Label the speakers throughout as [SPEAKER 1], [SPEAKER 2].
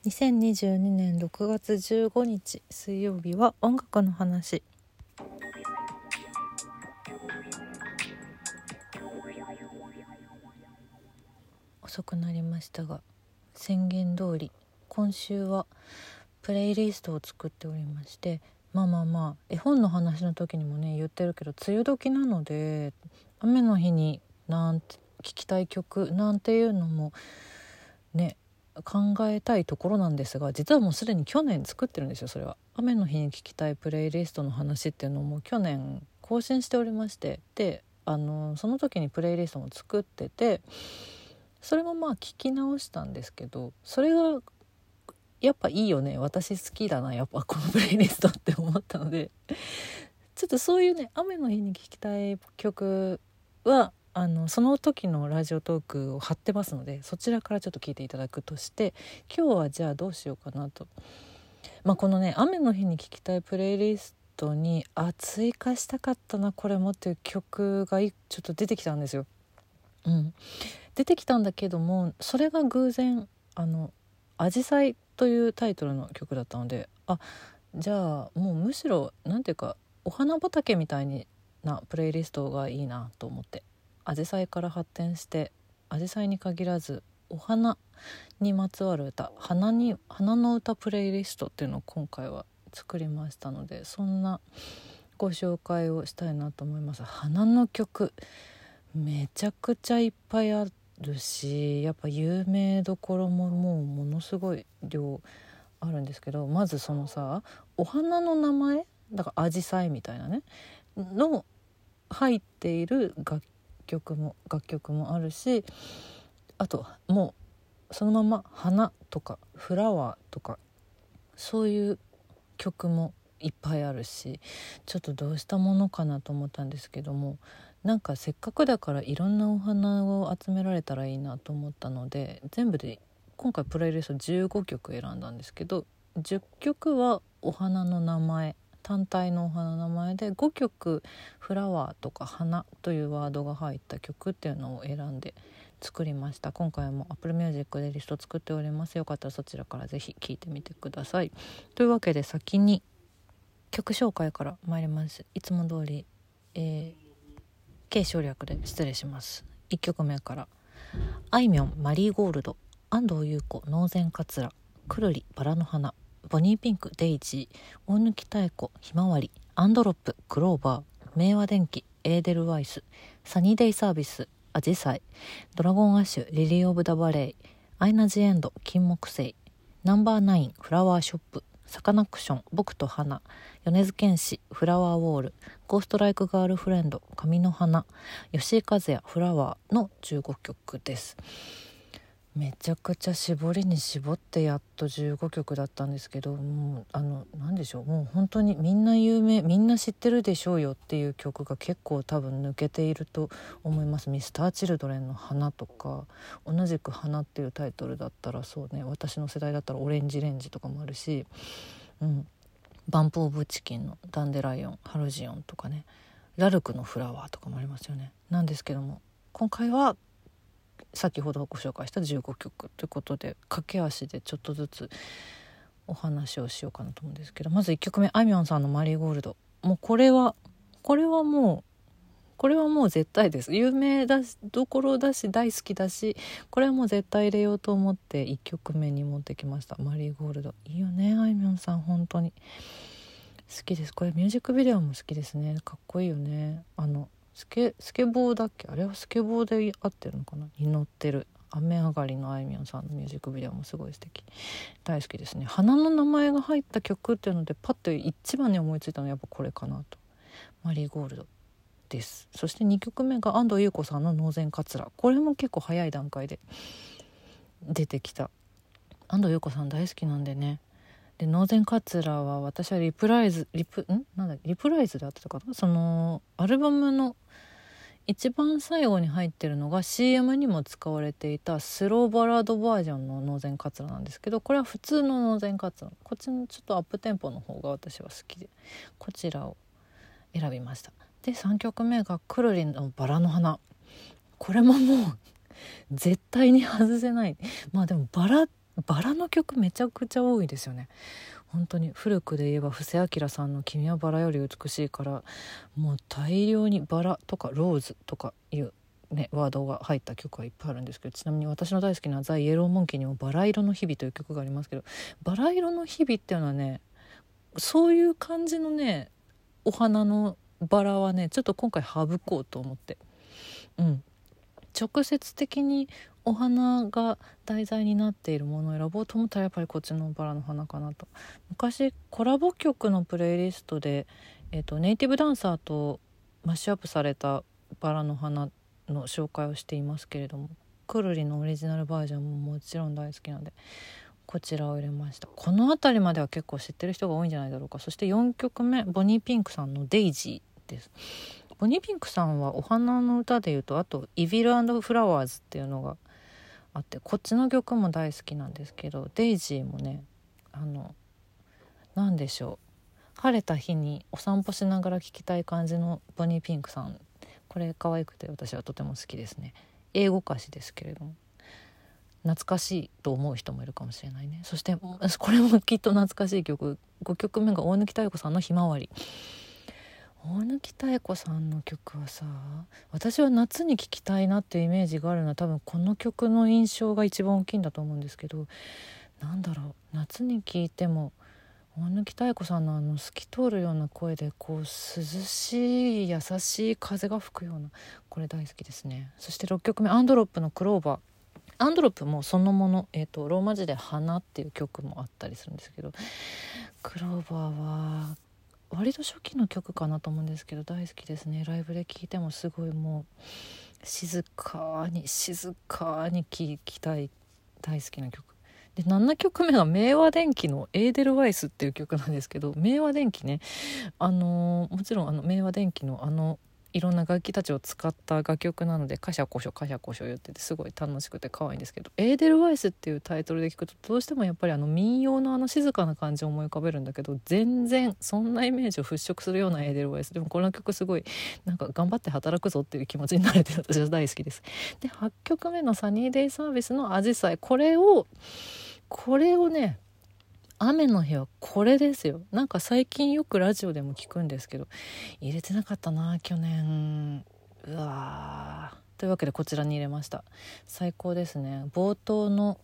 [SPEAKER 1] 2022年6月15日水曜日は音楽の話。遅くなりましたが、宣言通り今週はプレイリストを作っておりまして、絵本の話の時にもね言ってるけど、梅雨時なので雨の日に聴きたい曲なんていうのもね考えたいところなんですが、実はもうすでに去年作ってるんですよ。それは雨の日に聴きたいプレイリストの話っていうのも去年更新しておりまして、でその時にプレイリストも作ってて、それも聞き直したんですけど、それがやっぱいいよね、私好きだなやっぱこのプレイリストって思ったので、ちょっとそういうね雨の日に聴きたい曲はその時のラジオトークを貼ってますので、そちらからちょっと聞いていただくとして、今日はじゃあどうしようかなと、このね雨の日に聴きたいプレイリストに追加したかったなこれもっていう曲がちょっと出てきたんですよ。出てきたんだけども、それが偶然アジサイというタイトルの曲だったので、じゃあもうむしろなんていうかお花畑みたいなプレイリストがいいなと思って、アジサイから発展してアジサイに限らずお花にまつわる歌、花の歌プレイリストっていうのを今回は作りましたので、そんなご紹介をしたいなと思います。花の曲めちゃくちゃいっぱいあるし、やっぱ有名どころももうものすごい量あるんですけど、まずそのさお花の名前だからアジサイみたいなねの入っている楽曲もあるし、あともうそのまま花とかフラワーとかそういう曲もいっぱいあるし、ちょっとどうしたものかなと思ったんですけども、なんかせっかくだからいろんなお花を集められたらいいなと思ったので、全部で今回プレイリスト15曲選んだんですけど、10曲はお花の名前単体のお花の名前で、5曲フラワーとか花というワードが入った曲っていうのを選んで作りました。今回も Apple Music でリスト作っております。よかったらそちらからぜひ聴いてみてください。というわけで先に曲紹介から参ります。いつも通り、軽省略で失礼します。1曲目から、あいみょんマリーゴールド、安藤優子ノーゼンカツラ、くるりバラの花、ボニーピンクデイジー、大貫妙子ひまわり、アンドロップクローバー、明和電機エーデルワイス、サニーデイサービスアジサイ、ドラゴンアッシュリリーオブダバレイ、アイナジエンド金木犀、ナンバーナインフラワーショップ、サカナクション僕と花、米津玄師フラワーウォール、ゴーストライクガールフレンド紙の花、吉井和也フラワーの15曲です。めちゃくちゃ絞りに絞ってやっと15曲だったんですけど、もうなんでしょう、もう本当にみんな有名、みんな知ってるでしょうよっていう曲が結構多分抜けていると思います。ミスターチルドレンの花とか、同じく花っていうタイトルだったらそうね、私の世代だったらオレンジレンジとかもあるし、バンプオブチキンのダンデライオンハルジオンとかね、ラルクのフラワーとかもありますよね。なんですけども、今回は先ほどご紹介した15曲ということで、駆け足でちょっとずつお話をしようかなと思うんですけど、まず1曲目、あいみょんさんのマリーゴールド。もうこれはもう絶対です。有名だしどころだし大好きだし、これはもう絶対入れようと思って1曲目に持ってきました。マリーゴールドいいよね、あいみょんさん本当に好きです。これミュージックビデオも好きですね。かっこいいよね。スケボーだっけ、あれはスケボーで合ってるのかなに乗ってる雨上がりのあいみょんさんのミュージックビデオもすごい素敵、大好きですね。花の名前が入った曲っていうのでパッと一番に思いついたのはやっぱこれかなと、マリーゴールドです。そして2曲目が安藤優子さんのノーゼンカツラ。これも結構早い段階で出てきた。安藤優子さん大好きなんでね。でノーゼンカツラは私はリプライズであってたかな、そのアルバムの一番最後に入ってるのが CM にも使われていたスローバラードバージョンのノーゼンカツラなんですけど、これは普通のノーゼンカツラ、こっちのちょっとアップテンポの方が私は好きでこちらを選びました。で3曲目がくるりんのバラの花。これももう絶対に外せない。でもバラっバラの曲めちゃくちゃ多いですよね。本当に古くで言えば布施明さんの君はバラより美しいから、もう大量にバラとかローズとかいうねワードが入った曲がいっぱいあるんですけど、ちなみに私の大好きなザ・イエローモンキーにもバラ色の日々という曲がありますけど、バラ色の日々っていうのはね、そういう感じのねお花のバラはねちょっと今回省こうと思って、直接的にお花が題材になっているものを選ぼうと思ったらやっぱりこっちのバラの花かなと。昔コラボ曲のプレイリストで、ネイティブダンサーとマッシュアップされたバラの花の紹介をしていますけれども、くるりのオリジナルバージョンももちろん大好きなのでこちらを入れました。この辺りまでは結構知ってる人が多いんじゃないだろうか。そして4曲目、ボニーピンクさんのデイジーです。ボニーピンクさんはお花の歌でいうと、あとイビル&フラワーズっていうのがあって、こっちの曲も大好きなんですけど、デイジーもね、なんでしょう、晴れた日にお散歩しながら聴きたい感じのボニーピンクさん、これ可愛くて私はとても好きですね。英語歌詞ですけれども懐かしいと思う人もいるかもしれないね。そしてこれもきっと懐かしい曲、5曲目が大貫妙子さんのひまわり。大貫妙子さんの曲はさ、私は夏に聴きたいなっていうイメージがあるのは多分この曲の印象が一番大きいんだと思うんですけど、なんだろう、夏に聴いても大貫妙子さんの透き通るような声でこう涼しい優しい風が吹くような、これ大好きですね。そして6曲目、アンドロップのクローバー。アンドロップもそのもの、ローマ字で花っていう曲もあったりするんですけど、クローバーは割と初期の曲かなと思うんですけど大好きですね。ライブで聴いてもすごいもう静かに聴きたい大好きな曲で、7曲目が明和電機のエーデルワイスっていう曲なんですけど、明和電機ね、もちろん明和電機のいろんな楽器たちを使った楽曲なのでカシャコショ言っててすごい楽しくて可愛いんですけど、エーデルワイスっていうタイトルで聞くとどうしてもやっぱり民謡の静かな感じを思い浮かべるんだけど、全然そんなイメージを払拭するようなエーデルワイスでも、この曲すごいなんか頑張って働くぞっていう気持ちになれて私は大好きです。で8曲目のサニーデイサービスのアジサイ、これをね、雨の日はこれですよ。なんか最近よくラジオでも聞くんですけど入れてなかったな去年。うわー、というわけでこちらに入れました。最高ですね。冒頭の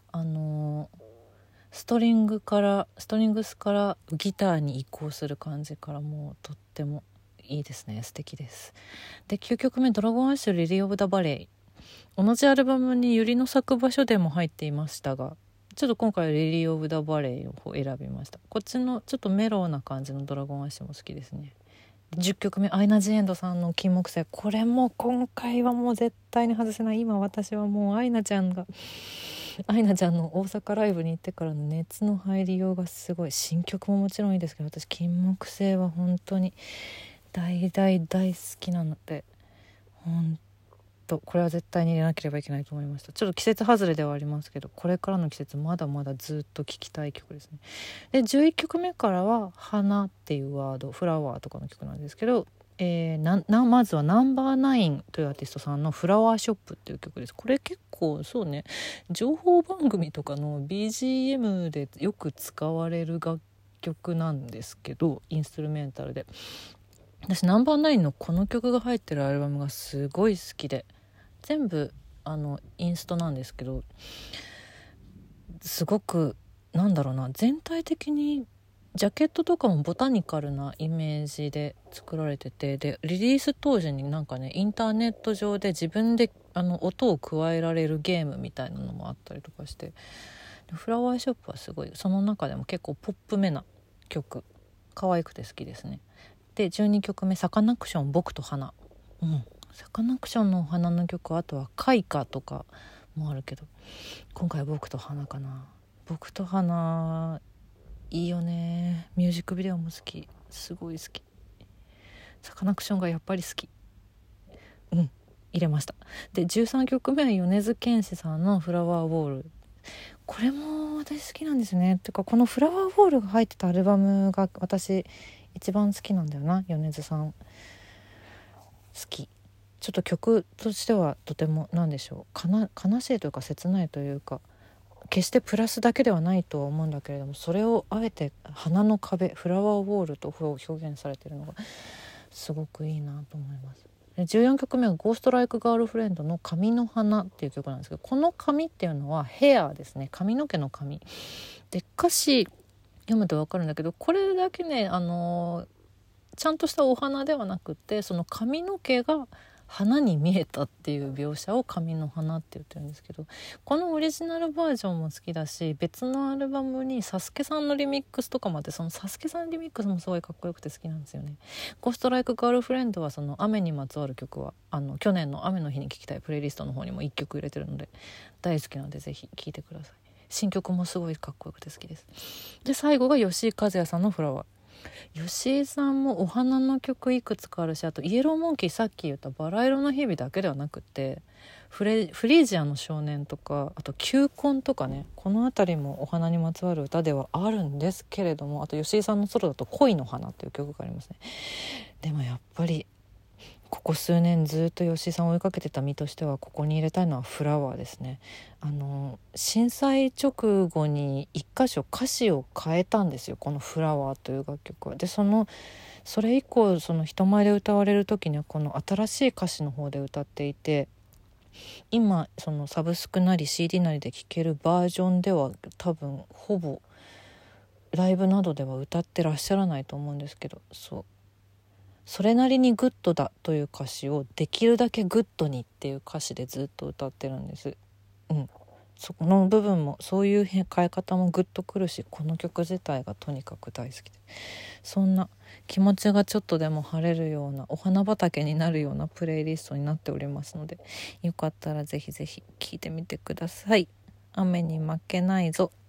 [SPEAKER 1] ストリングスからギターに移行する感じからもうとってもいいですね。素敵です。で9曲目、ドラゴンアッシュリリー・オブ・ザ・バレイ。同じアルバムにユリの咲く場所でも入っていましたが、ちょっと今回はリリー・オブ・ザ・バレイを選びました。こっちのちょっとメローな感じのドラゴンアッシュも好きですね。10曲目、アイナ・ジ・エンドさんの金木犀。これも今回はもう絶対に外せない。今私はもうアイナちゃんの大阪ライブに行ってからの熱の入りようがすごい。新曲ももちろんいいですけど、私金木犀は本当に大好きなので、本これは絶対に入れなければいけないと思いました。ちょっと季節外れではありますけど、これからの季節まだまだずっと聴きたい曲ですね。で11曲目からは花っていうワード、フラワーとかの曲なんですけど、まずはナンバーナインというアーティストさんのフラワーショップっていう曲です。これ結構そうね、情報番組とかの BGM でよく使われる楽曲なんですけど、インストゥルメンタルで私ナンバーナインのこの曲が入ってるアルバムがすごい好きで、全部インストなんですけど、すごくなんだろうな、全体的にジャケットとかもボタニカルなイメージで作られてて、でリリース当時になんかね、インターネット上で自分で音を加えられるゲームみたいなのもあったりとかして、フラワーショップはすごいその中でも結構ポップめな曲、可愛くて好きですね。で12曲目、サカナクション僕と花。サカナクションのお花の曲、あとは開花とかもあるけど、今回は僕と花かな。僕と花いいよね。ミュージックビデオも好き、すごい好き。サカナクションがやっぱり好き。入れました。で13曲目は米津玄師さんのフラワーウォール。これも私好きなんですね。てかこのフラワーウォールが入ってたアルバムが私一番好きなんだよな。米津さん好き。ちょっと曲としてはとても何でしょう、悲しいというか切ないというか、 決してプラスだけではないとは思うんだけれども、それをあえて花の壁、フラワーウォールと表現されているのがすごくいいなと思います。で14曲目はゴーストライクガールフレンドの髪の花っていう曲なんですけど、この髪っていうのはヘアですね、髪の毛の髪で、歌詞読むと分かるんだけど、これだけねちゃんとしたお花ではなくて、その髪の毛が花に見えたっていう描写を髪の花って言ってるんですけど、このオリジナルバージョンも好きだし、別のアルバムにサスケさんのリミックスとかもあって、そのサスケさんリミックスもすごいかっこよくて好きなんですよね。ゴーストライクガールフレンドはその雨にまつわる曲は去年の雨の日に聴きたいプレイリストの方にも1曲入れてるので大好きなのでぜひ聴いてください。新曲もすごいかっこよくて好きです。で最後が吉井和也さんのフラワー。吉井さんもお花の曲いくつかあるし、あとイエローモンキー、さっき言ったバラ色の日々だけではなくてフリージアの少年とか、あと球根とかね、この辺りもお花にまつわる歌ではあるんですけれども、あと吉井さんのソロだと恋の花という曲がありますね。でもやっぱりここ数年ずっと吉井さんを追いかけてた身としては、ここに入れたいのはフラワーですね。震災直後に一箇所歌詞を変えたんですよ、このフラワーという楽曲は。でそれ以降、その人前で歌われる時にはこの新しい歌詞の方で歌っていて、今そのサブスクなり CD なりで聴けるバージョンでは多分ほぼライブなどでは歌ってらっしゃらないと思うんですけど、それなりにグッドだという歌詞をできるだけグッドにっていう歌詞でずっと歌ってるんです。そこの部分もそういう変え方もグッとくるし、この曲自体がとにかく大好きで、そんな気持ちがちょっとでも晴れるようなお花畑になるようなプレイリストになっておりますので、よかったらぜひぜひ聴いてみてください。雨に負けないぞ。